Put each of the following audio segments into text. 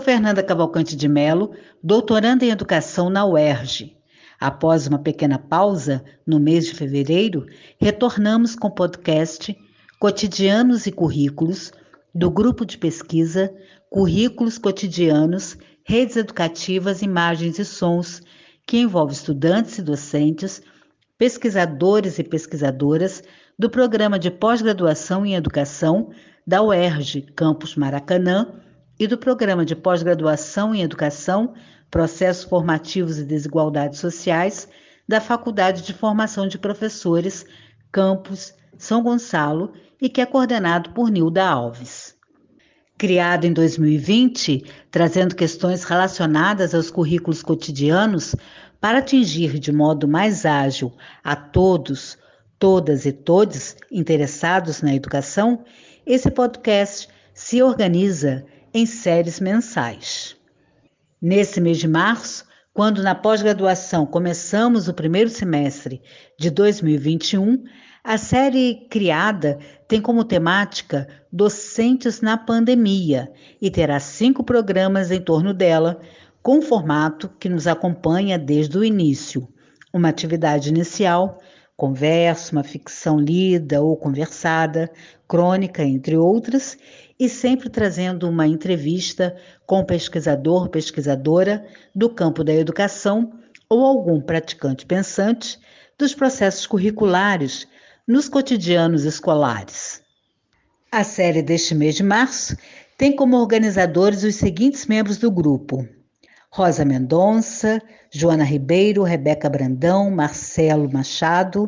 Sou Fernanda Cavalcante de Mello, doutoranda em Educação na UERJ. Após uma pequena pausa, no mês de fevereiro, retornamos com o podcast Cotidianos e Currículos, do grupo de pesquisa Currículos Cotidianos, Redes Educativas, Imagens e Sons, que envolve estudantes e docentes, pesquisadores e pesquisadoras do Programa de Pós-Graduação em Educação da UERJ, Campus Maracanã, e do Programa de Pós-Graduação em Educação, Processos Formativos e Desigualdades Sociais, da Faculdade de Formação de Professores, Campus São Gonçalo, e que é coordenado por Nilda Alves. Criado em 2020, trazendo questões relacionadas aos currículos cotidianos para atingir de modo mais ágil a todos, todas e todes interessados na educação, esse podcast se organiza em séries mensais. Nesse mês de março, quando na pós-graduação começamos o primeiro semestre de 2021, a série criada tem como temática Docentes na Pandemia e terá 5 programas em torno dela, com um formato que nos acompanha desde o início. Uma atividade inicial, conversa, uma ficção lida ou conversada, crônica, entre outras, e sempre trazendo uma entrevista com pesquisador, pesquisadora do campo da educação ou algum praticante pensante dos processos curriculares nos cotidianos escolares. A série deste mês de março tem como organizadores os seguintes membros do grupo: Rosa Mendonça, Joana Ribeiro, Rebeca Brandão, Marcelo Machado,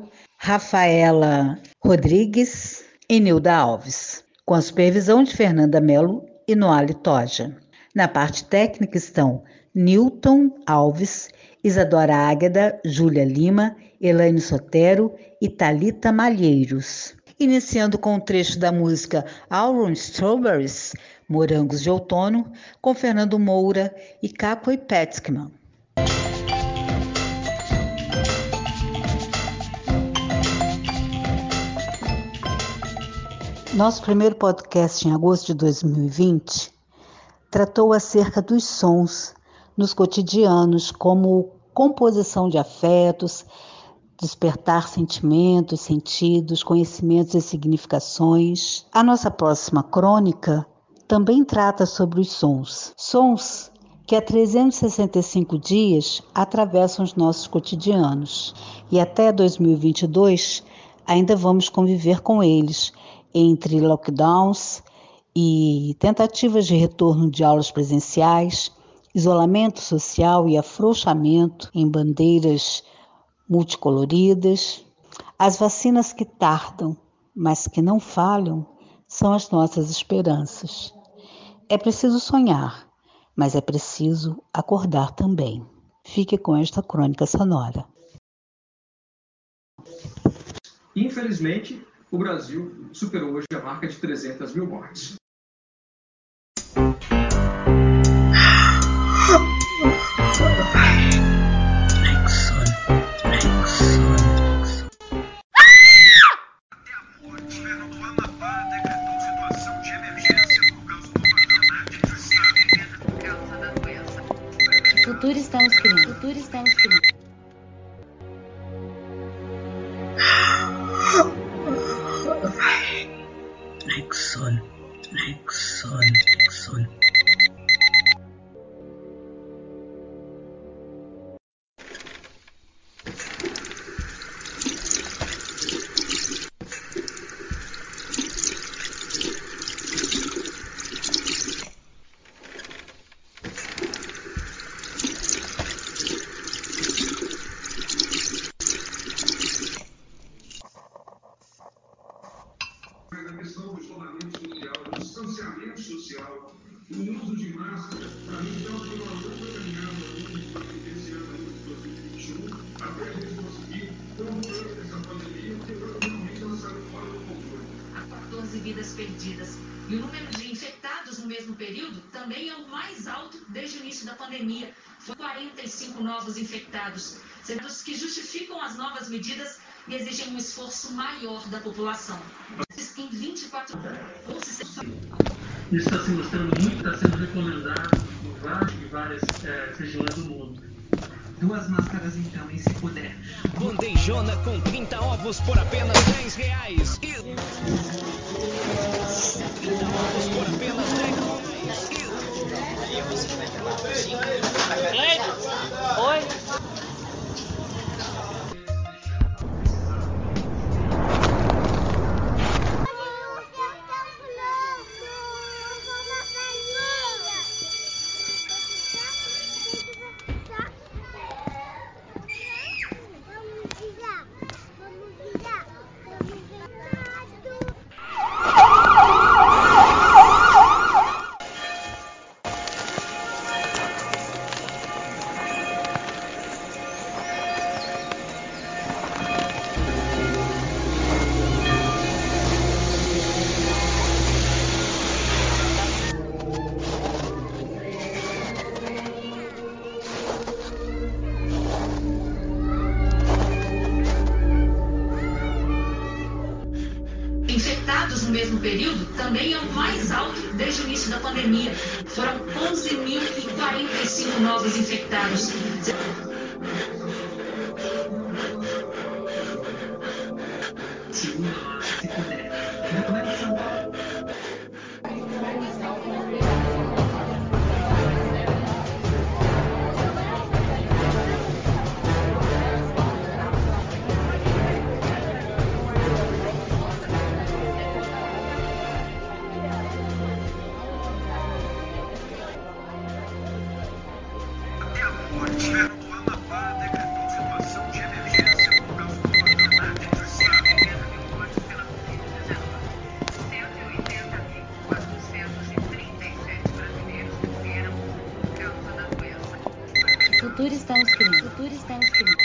Rafaela Rodrigues e Nilda Alves, com a supervisão de Fernanda Mello e Noale Toja. Na parte técnica estão Newton Alves, Isadora Águeda, Júlia Lima, Elaine Sotero e Thalita Malheiros. Iniciando com um trecho da música Auron Strawberries, Morangos de Outono, com Fernando Moura e Caco Petzkman. Nosso primeiro podcast em agosto de 2020 tratou acerca dos sons nos cotidianos, como composição de afetos, despertar sentimentos, sentidos, conhecimentos e significações. A nossa próxima crônica também trata sobre os sons. Sons que há 365 dias atravessam os nossos cotidianos e até 2022 ainda vamos conviver com eles, entre lockdowns e tentativas de retorno de aulas presenciais, isolamento social e afrouxamento em bandeiras multicoloridas. As vacinas que tardam, mas que não falham, são as nossas esperanças. É preciso sonhar, mas é preciso acordar também. Fique com esta crônica sonora. Infelizmente, o Brasil superou hoje a marca de 300 mil mortes. Futuro estamos criando. Futuro estamos criando. Nexon. A questão do isolamento social, do distanciamento social, o uso de máscara, para mim, então, foi uma longa caminhada esse ano de 2021, até a gente conseguir romper essa pandemia, porque hoje realmente ela saiu fora do controle. Há 14 vidas perdidas. E o número de infectados no mesmo período também é o mais alto desde o início da pandemia. Foram 45 novos infectados, sendo que justificam as novas medidas e exigem um esforço maior da população. Em 24 horas. Isso está se mostrando muito, está sendo recomendado várias regiões do mundo. 2 máscaras então, e se puder. Bandejona com 30 ovos por apenas R$10. 30 ovos por apenas R$10. Oi? Infectados no mesmo período também é o mais alto desde o início da pandemia. Foram 11.045 novos infectados. Segunda máscara, se puder. Documento de São Paulo. Futuro está no screen. Futuro está no screen.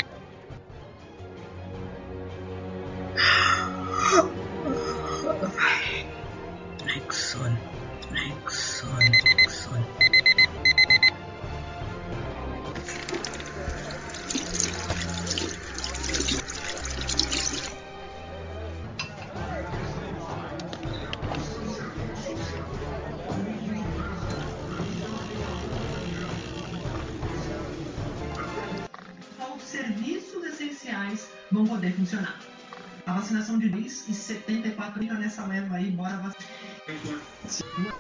Nexon. Os serviços essenciais vão poder funcionar. A vacinação de 10 e 74 fica nessa leva aí, bora vacinar.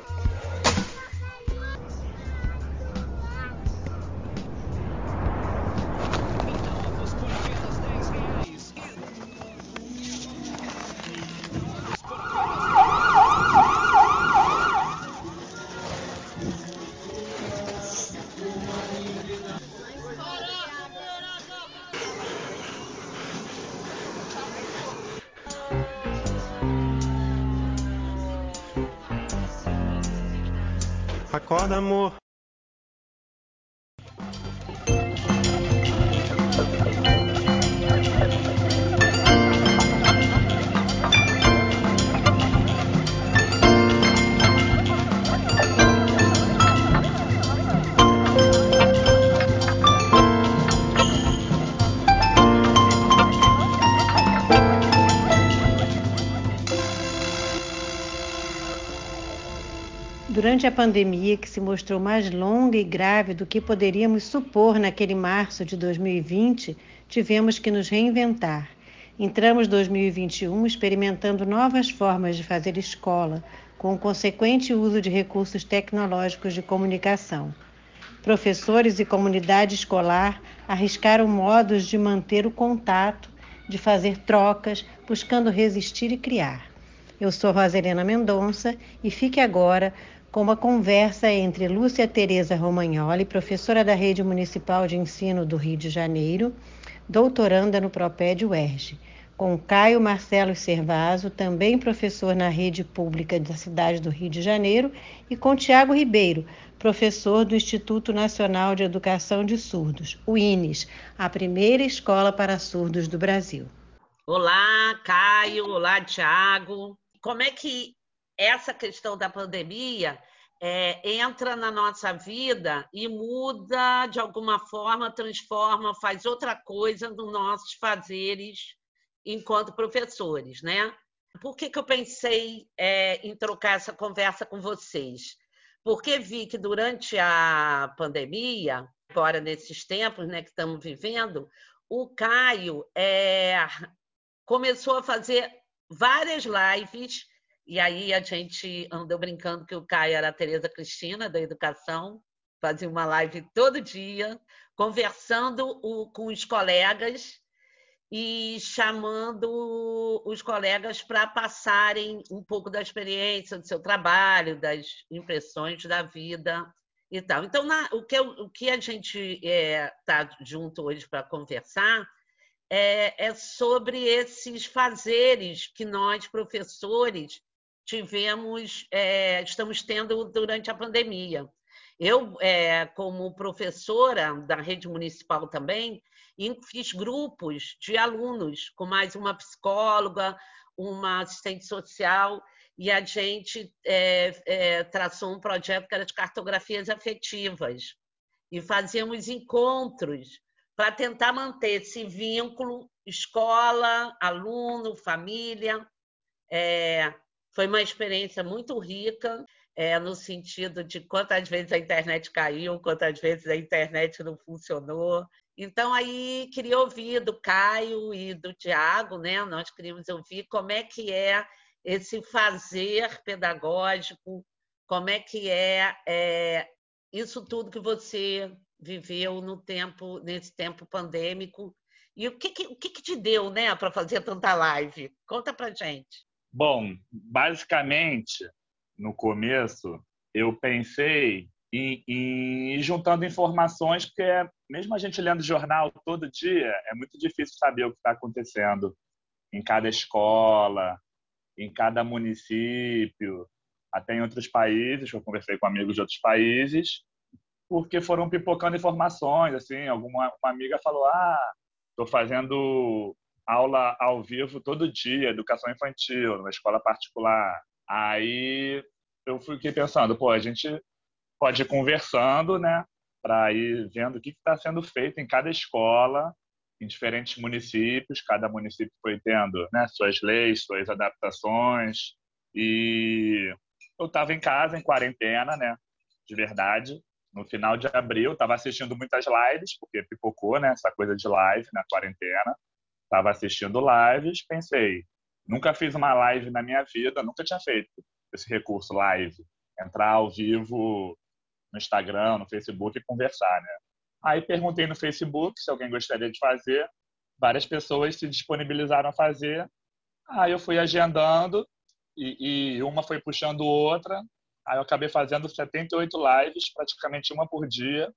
Acorda, amor. Durante a pandemia, que se mostrou mais longa e grave do que poderíamos supor naquele março de 2020, tivemos que nos reinventar. Entramos 2021 experimentando novas formas de fazer escola, com o consequente uso de recursos tecnológicos de comunicação. Professores e comunidade escolar arriscaram modos de manter o contato, de fazer trocas, buscando resistir e criar. Eu sou Roselena Mendonça e fique agora com uma conversa entre Lúcia Tereza Romagnoli, professora da Rede Municipal de Ensino do Rio de Janeiro, doutoranda no Proped UERJ, com Caio Marcelo Servaso, também professor na Rede Pública da cidade do Rio de Janeiro, e com Tiago Ribeiro, professor do Instituto Nacional de Educação de Surdos, o INES, a primeira escola para surdos do Brasil. Olá, Caio. Olá, Tiago. Como é que essa questão da pandemia entra na nossa vida e muda, de alguma forma, transforma, faz outra coisa nos nossos fazeres enquanto professores, né? Por que eu pensei em trocar essa conversa com vocês? porque vi que durante a pandemia, agora nesses tempos, né, que estamos vivendo, o Caio começou a fazer várias lives, e aí a gente andou brincando que o Caio era a Tereza Cristina, da educação, fazia uma live todo dia, conversando com os colegas e chamando os colegas para passarem um pouco da experiência do seu trabalho, das impressões da vida e tal. Então, o que a gente está junto hoje para conversar é sobre esses fazeres que nós, professores, estamos tendo durante a pandemia. Eu, como professora da rede municipal também, fiz grupos de alunos, com mais uma psicóloga, uma assistente social, e a gente traçou um projeto que era de cartografias afetivas. E fazíamos encontros para tentar manter esse vínculo escola, aluno, família. Foi uma experiência muito rica, no sentido de quantas vezes a internet caiu, quantas vezes a internet não funcionou. Então, aí, queria ouvir do Caio e do Tiago, né? Nós queríamos ouvir como é que é esse fazer pedagógico, como é que isso tudo que você viveu nesse tempo pandêmico. E o que te deu, né, para fazer tanta live? Conta pra gente. Bom, basicamente, no começo, eu pensei em ir juntando informações, porque mesmo a gente lendo jornal todo dia, é muito difícil saber o que está acontecendo em cada escola, em cada município, até em outros países. Eu conversei com amigos de outros países, porque foram pipocando informações. Assim, uma amiga falou: estou fazendo aula ao vivo todo dia, educação infantil, numa escola particular. Aí eu fiquei pensando, a gente pode ir conversando, né, para ir vendo o que está sendo feito em cada escola, em diferentes municípios. Cada município foi tendo, né, suas leis, suas adaptações. E eu estava em casa, em quarentena, né, de verdade. No final de abril, estava assistindo muitas lives, porque pipocou, né, essa coisa de live na quarentena. Estava assistindo lives, pensei, nunca fiz uma live na minha vida, nunca tinha feito esse recurso live, entrar ao vivo no Instagram, no Facebook e conversar, né? Aí perguntei no Facebook se alguém gostaria de fazer, várias pessoas se disponibilizaram a fazer. Aí eu fui agendando e uma foi puxando outra. Aí eu acabei fazendo 78 lives, praticamente uma por dia,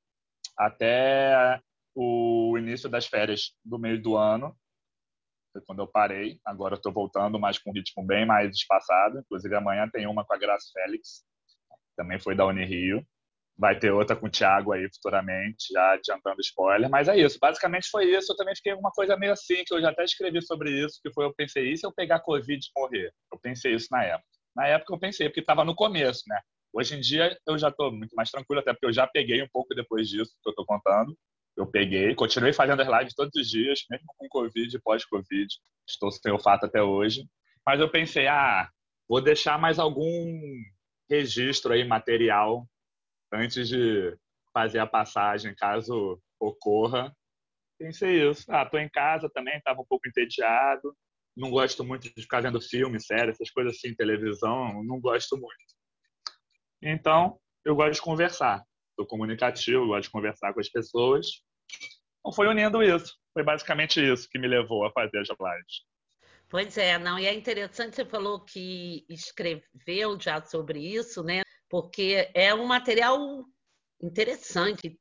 até o início das férias do meio do ano. Foi quando eu parei. Agora eu estou voltando, mas com um ritmo bem mais espaçado. Inclusive, amanhã tem uma com a Graça Félix, também foi da Unirio. Vai ter outra com o Thiago aí futuramente, já adiantando spoiler. Mas é isso, basicamente foi isso. Eu também fiquei uma coisa meio assim, que eu já até escrevi sobre isso, que foi: eu pensei, e se eu pegar Covid e morrer? Eu pensei isso na época. Na época eu pensei, porque estava no começo, né? Hoje em dia eu já estou muito mais tranquilo, até porque eu já peguei um pouco depois disso que eu estou contando. Eu peguei, continuei fazendo as lives todos os dias, mesmo com Covid e pós-Covid. Estou sem o fato até hoje. Mas eu pensei, vou deixar mais algum registro aí, material, antes de fazer a passagem, caso ocorra. Pensei isso. Estou em casa também, estava um pouco entediado. Não gosto muito de ficar vendo filme, série, essas coisas assim, televisão, não gosto muito. Então, eu gosto de conversar. Sou comunicativo, gosto de conversar com as pessoas. Então, foi unindo isso. Foi basicamente isso que me levou a fazer as lives. Pois é, não, e é interessante, você falou que escreveu já sobre isso, né? Porque é um material interessante,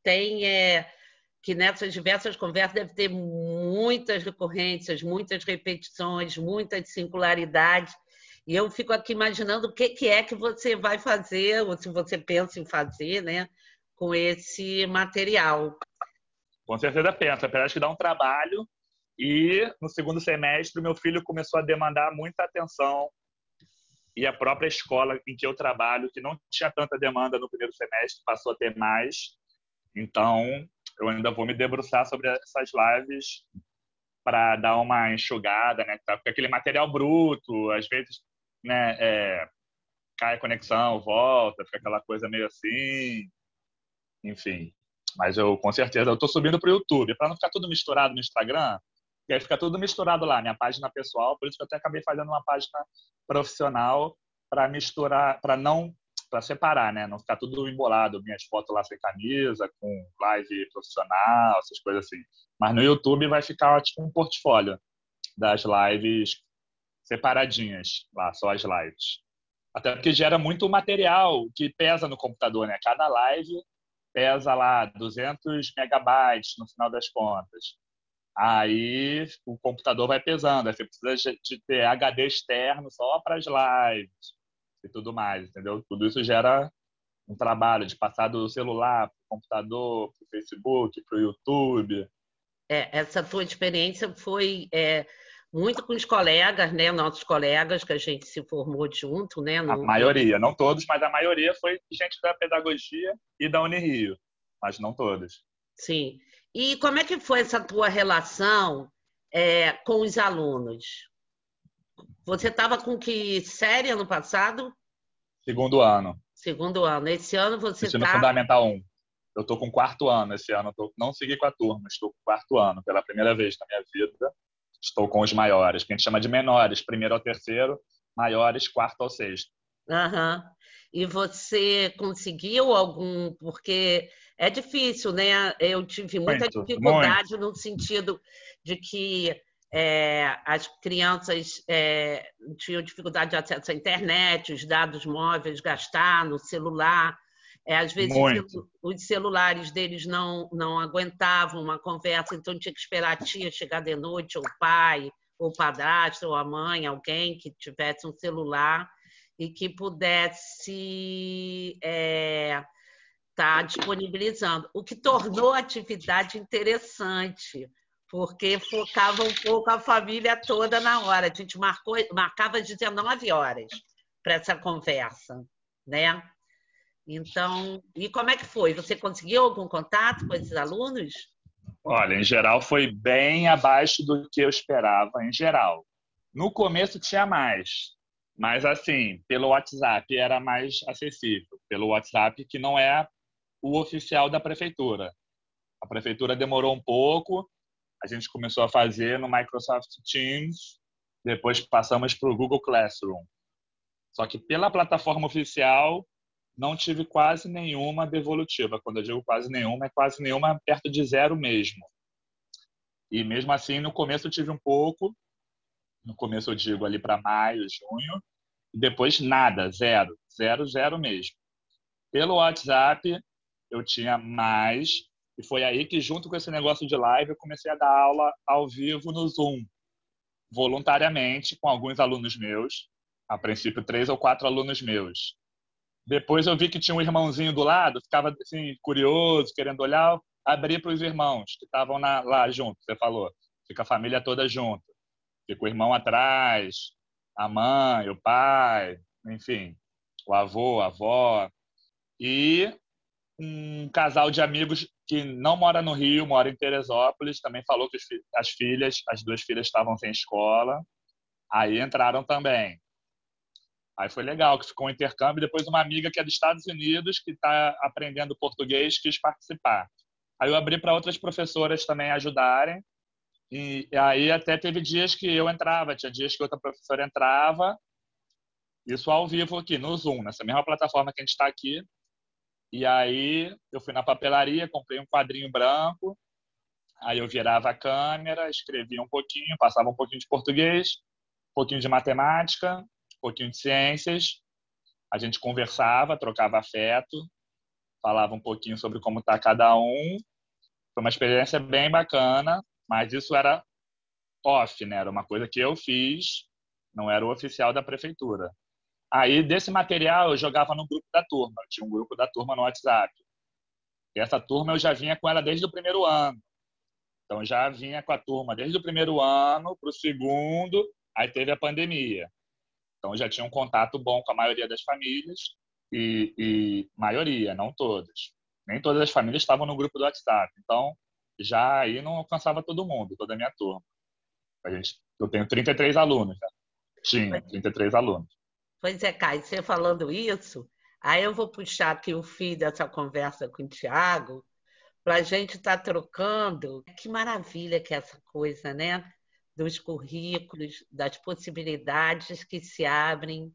que nessas diversas conversas deve ter muitas recorrências, muitas repetições, muitas singularidades. E eu fico aqui imaginando o que é que você vai fazer, ou se você pensa em fazer, né, com esse material. Com certeza penso, apesar de que dá um trabalho. E no segundo semestre, meu filho começou a demandar muita atenção. E a própria escola em que eu trabalho, que não tinha tanta demanda no primeiro semestre, passou a ter mais. Então, eu ainda vou me debruçar sobre essas lives para dar uma enxugada, né? Porque aquele material bruto, às vezes, né, cai a conexão, volta, fica aquela coisa meio assim, enfim. Mas com certeza, eu estou subindo para o YouTube, para não ficar tudo misturado no Instagram, e aí fica tudo misturado lá, minha página pessoal, por isso que eu até acabei fazendo uma página profissional para misturar, para separar, né? Não ficar tudo embolado, minhas fotos lá sem camisa, com live profissional, essas coisas assim. Mas no YouTube vai ficar tipo um portfólio das lives separadinhas lá, só as lives. Até porque gera muito material que pesa no computador, né? Cada live pesa lá 200 megabytes no final das contas. Aí o computador vai pesando, aí você precisa de ter HD externo só para as lives e tudo mais, entendeu? Tudo isso gera um trabalho de passar do celular para o computador, para o Facebook, para o YouTube. Essa tua experiência foi muito com os colegas, né? Nossos colegas que a gente se formou junto, né? A maioria, não todos, mas a maioria foi gente da pedagogia e da Unirio, mas não todos. Sim. E como é que foi essa tua relação com os alunos? Você estava com que série ano passado? Segundo ano. Segundo ano. Esse ano você Ensino está... Fundamental 1. Eu estou com quarto ano esse ano. Não segui com a turma, estou com quarto ano. Pela primeira vez na minha vida, estou com os maiores, que a gente chama de menores, primeiro ao terceiro, maiores, quarto ao sexto. Uhum. E você conseguiu algum... Porque é difícil, né? Eu tive muita dificuldade no sentido de que as crianças tinham dificuldade de acesso à internet, os dados móveis, gastar no celular. Às vezes os celulares deles não aguentavam uma conversa, então tinha que esperar a tia chegar de noite, ou o pai, ou o padrasto, ou a mãe, alguém que tivesse um celular e que pudesse estar disponibilizando, o que tornou a atividade interessante, porque focava um pouco a família toda na hora. A gente marcava 19 horas para essa conversa, né? Então, e como é que foi? Você conseguiu algum contato com esses alunos? Olha, em geral foi bem abaixo do que eu esperava, em geral. No começo tinha mais, mas assim, pelo WhatsApp era mais acessível. Pelo WhatsApp, que não é o oficial da prefeitura. A prefeitura demorou um pouco, a gente começou a fazer no Microsoft Teams, depois passamos para o Google Classroom. Só que pela plataforma oficial, não tive quase nenhuma devolutiva. Quando eu digo quase nenhuma, é quase nenhuma perto de zero mesmo. E mesmo assim, no começo eu tive um pouco, no começo eu digo ali para maio, junho, e depois nada, zero, zero, zero mesmo. Pelo WhatsApp, eu tinha mais, e foi aí que, junto com esse negócio de live, eu comecei a dar aula ao vivo no Zoom, voluntariamente, com alguns alunos meus, a princípio 3 ou 4 alunos meus. Depois eu vi que tinha um irmãozinho do lado, ficava assim, curioso, querendo olhar, abri para os irmãos que estavam lá junto, você falou. Fica a família toda junto. Fica o irmão atrás, a mãe, o pai, enfim, o avô, a avó. E um casal de amigos que não mora no Rio, mora em Teresópolis, também falou que as duas filhas estavam sem escola. Aí entraram também. Aí foi legal, que ficou um intercâmbio. Depois uma amiga que é dos Estados Unidos, que está aprendendo português, quis participar. Aí eu abri para outras professoras também ajudarem. E aí até teve dias que eu entrava, tinha dias que outra professora entrava. Isso ao vivo aqui, no Zoom, nessa mesma plataforma que a gente está aqui. E aí eu fui na papelaria, comprei um quadrinho branco. Aí eu virava a câmera, escrevia um pouquinho, passava um pouquinho de português, um pouquinho de matemática, um pouquinho de ciências. A gente conversava, trocava afeto, falava um pouquinho sobre como está cada um. Foi uma experiência bem bacana, mas isso era off, né? Era uma coisa que eu fiz, não era o oficial da prefeitura. Aí, desse material, eu jogava no grupo da turma. Eu tinha um grupo da turma no WhatsApp. E essa turma eu já vinha com ela desde o primeiro ano. Então, já vinha com a turma desde o primeiro ano para o segundo, aí teve a pandemia. Então, já tinha um contato bom com a maioria das famílias, e maioria, não todas. Nem todas as famílias estavam no grupo do WhatsApp. Então, já aí não alcançava todo mundo, toda a minha turma. Eu tenho 33 alunos, né? Tinha 33 alunos. Pois é, Caio, você falando isso, aí eu vou puxar aqui o fio dessa conversa com o Tiago, para a gente estar trocando. Que maravilha que é essa coisa, né? Dos currículos, das possibilidades que se abrem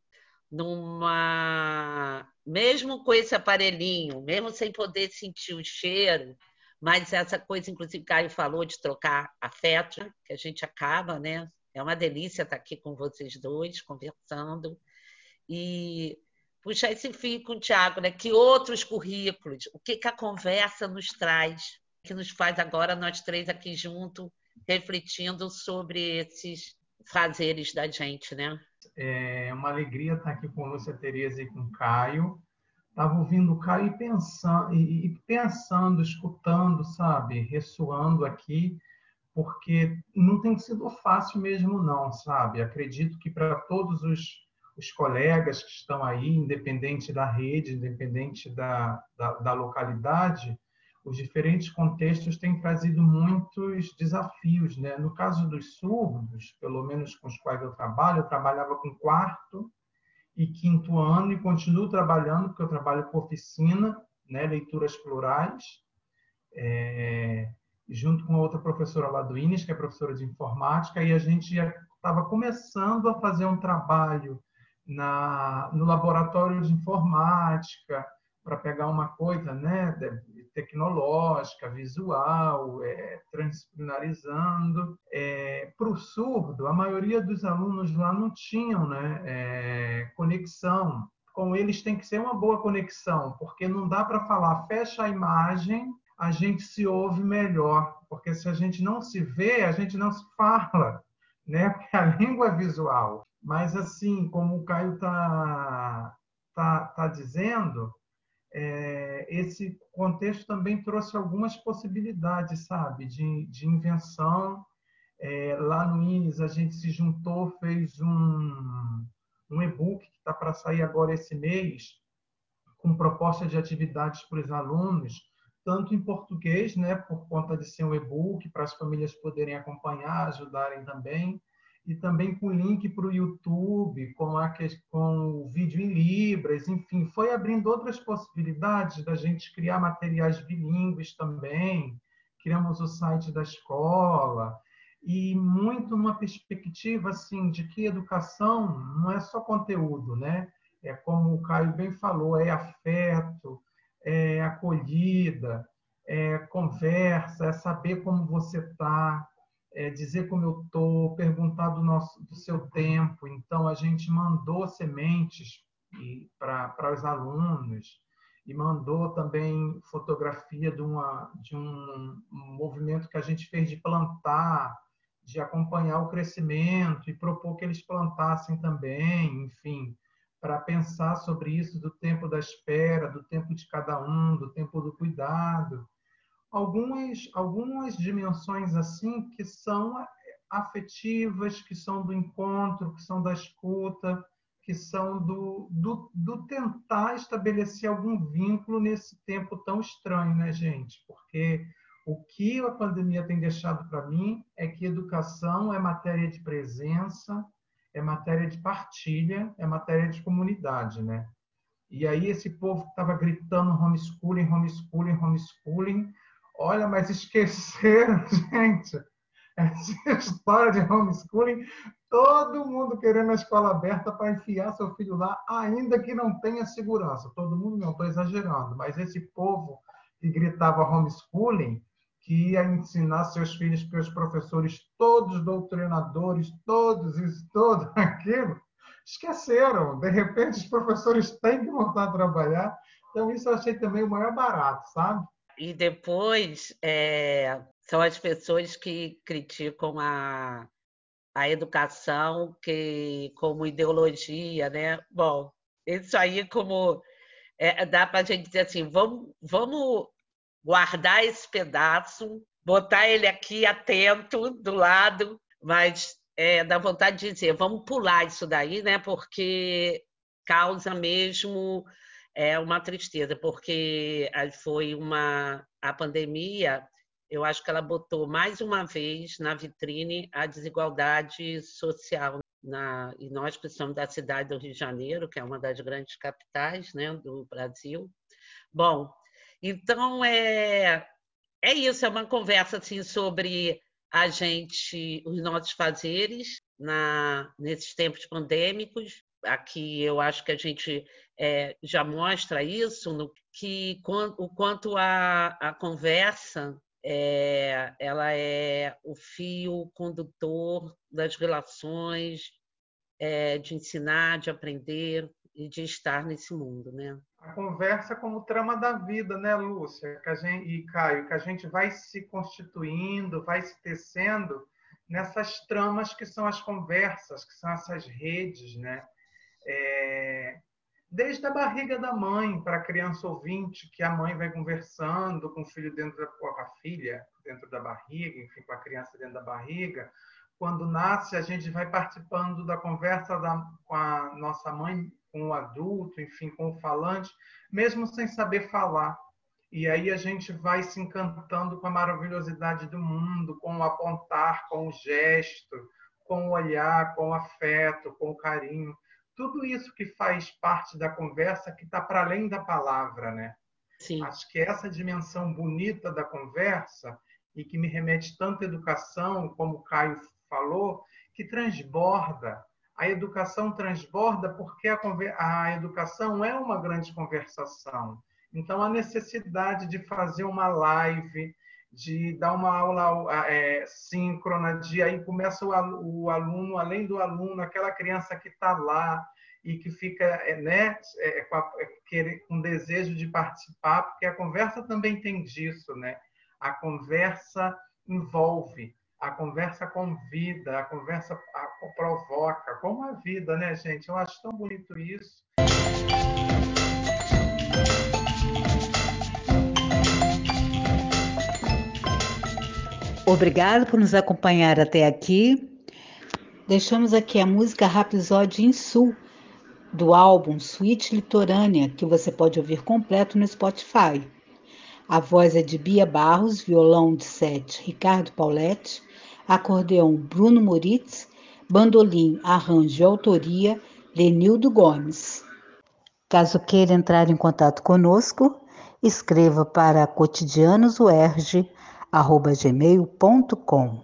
mesmo com esse aparelhinho, mesmo sem poder sentir o cheiro, mas essa coisa, inclusive, o Caio falou de trocar afeto, né? Que a gente acaba, né? É uma delícia estar aqui com vocês dois, conversando. E puxar esse fio com o Tiago, né? Que outros currículos, o que a conversa nos traz, que nos faz agora, nós três aqui juntos, refletindo sobre esses fazeres da gente, né? É uma alegria estar aqui com Lúcia Tereza e com o Caio. Estava ouvindo o Caio pensando, escutando, sabe? Ressoando aqui, porque não tem sido fácil mesmo não, sabe? Acredito que para todos os colegas que estão aí, independente da rede, independente da localidade, os diferentes contextos têm trazido muitos desafios, né? No caso dos surdos, pelo menos com os quais eu trabalhava com quarto e quinto ano e continuo trabalhando, porque eu trabalho com oficina, né? Leituras plurais, junto com outra professora lá do INES, que é professora de informática, e a gente estava começando a fazer um trabalho no laboratório de informática, para pegar uma coisa, né, tecnológica, visual, transdisciplinarizando. Para o surdo, a maioria dos alunos lá não tinham, né, conexão. Com eles tem que ser uma boa conexão, porque não dá para falar, fecha a imagem, a gente se ouve melhor, porque se a gente não se vê, a gente não se fala, né? Porque a língua é visual. Mas, assim, como o Caio está dizendo, esse contexto também trouxe algumas possibilidades, sabe, de invenção. Lá no INES, a gente se juntou, fez um e-book que está para sair agora esse mês, com proposta de atividades para os alunos, tanto em português, né, por conta de ser um e-book, para as famílias poderem acompanhar, ajudarem também, e também com link para o YouTube, com o vídeo em Libras, enfim, foi abrindo outras possibilidades da gente criar materiais bilíngues também, criamos o site da escola, e muito numa perspectiva assim, de que educação não é só conteúdo, né? É como o Caio bem falou, é afeto, é acolhida, é conversa, é saber como você está, é dizer como eu estou, perguntar do seu tempo. Então, a gente mandou sementes para os alunos e mandou também fotografia de um movimento que a gente fez de plantar, de acompanhar o crescimento e propor que eles plantassem também, enfim, para pensar sobre isso do tempo da espera, do tempo de cada um, do tempo do cuidado. Algumas dimensões assim que são afetivas, que são do encontro, que são da escuta, que são do tentar estabelecer algum vínculo nesse tempo tão estranho, né, gente? Porque o que a pandemia tem deixado para mim é que educação é matéria de presença, é matéria de partilha, é matéria de comunidade, né? E aí esse povo que estava gritando homeschooling, homeschooling, homeschooling, olha, mas esqueceram, gente, essa história de homeschooling, todo mundo querendo a escola aberta para enfiar seu filho lá, ainda que não tenha segurança. Todo mundo, não estou exagerando, mas esse povo que gritava homeschooling, que ia ensinar seus filhos para os professores, todos doutrinadores, todos isso, todo aquilo, esqueceram. De repente, os professores têm que voltar a trabalhar. Então, isso eu achei também o maior barato, sabe? E depois, são as pessoas que criticam a educação como ideologia, né? Bom, isso aí dá para a gente dizer assim, vamos guardar esse pedaço, botar ele aqui atento do lado, mas dá vontade de dizer, vamos pular isso daí, né? Porque causa mesmo uma tristeza, porque a pandemia, eu acho que ela botou mais uma vez na vitrine a desigualdade social. e nós que somos da cidade do Rio de Janeiro, que é uma das grandes capitais, né, do Brasil. Bom, então é isso, é uma conversa assim, sobre a gente, os nossos fazeres nesses tempos pandêmicos. Aqui eu acho que a gente já mostra isso, o quanto a conversa ela é o fio condutor das relações, de ensinar, de aprender e de estar nesse mundo, né? A conversa como trama da vida, né, Lúcia? E Caio, que a gente vai se constituindo, vai se tecendo nessas tramas que são as conversas, que são essas redes, né? Desde a barriga da mãe, para a criança ouvinte, que a mãe vai conversando com o filho com a filha dentro da barriga, enfim, com a criança dentro da barriga. Quando nasce, a gente vai participando da conversa com a nossa mãe, com o adulto, enfim, com o falante, mesmo sem saber falar. E aí a gente vai se encantando com a maravilhosidade do mundo, com o apontar, com o gesto, com o olhar, com o afeto, com o carinho. Tudo isso que faz parte da conversa que está para além da palavra, né? Sim. Acho que essa dimensão bonita da conversa e que me remete tanto à educação, como o Caio falou, que transborda. A educação transborda porque a educação é uma grande conversação. Então, a necessidade de fazer uma live, de dar uma aula síncrona, de aí começa o aluno, além do aluno, aquela criança que está lá e que fica com desejo de participar, porque a conversa também tem disso, né? A conversa envolve, a conversa convida, a conversa provoca, como a vida, né, gente? Eu acho tão bonito isso. Obrigado por nos acompanhar até aqui. Deixamos aqui a música Rhapsody in Sul, do álbum Suíte Litorânea, que você pode ouvir completo no Spotify. A voz é de Bia Barros, violão de sete Ricardo Pauletti, acordeão Bruno Moritz, bandolim, arranjo e autoria Lenildo Gomes. Caso queira entrar em contato conosco, escreva para cotidianosuerge@gmail.com.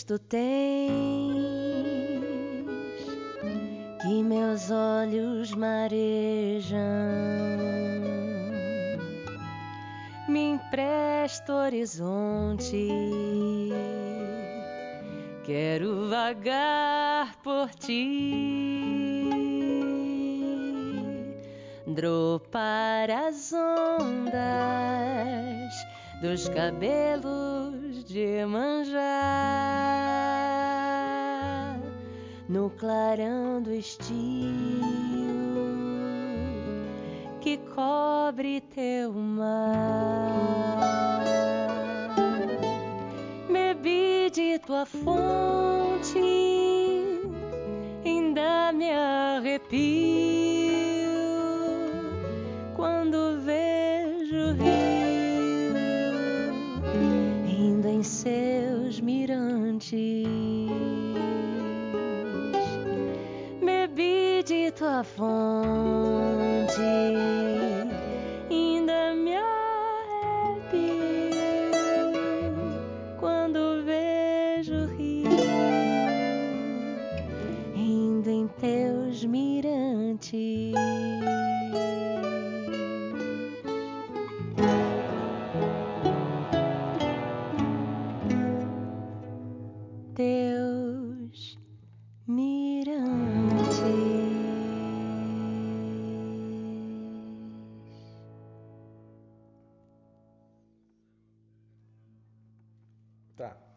tu tens que meus olhos marejam? Me empresta horizonte, quero vagar por ti, dropar as ondas dos cabelos de Iemanjá, no clarão do estio que cobre teu mar. Bebi de tua fonte, ainda me arrepio quando vejo o rio, ainda em seus mirantes. Bebi de tua fonte, ainda me arrepio quando vejo o rio, ainda em teus mirantes. Teus mirantes. Tá.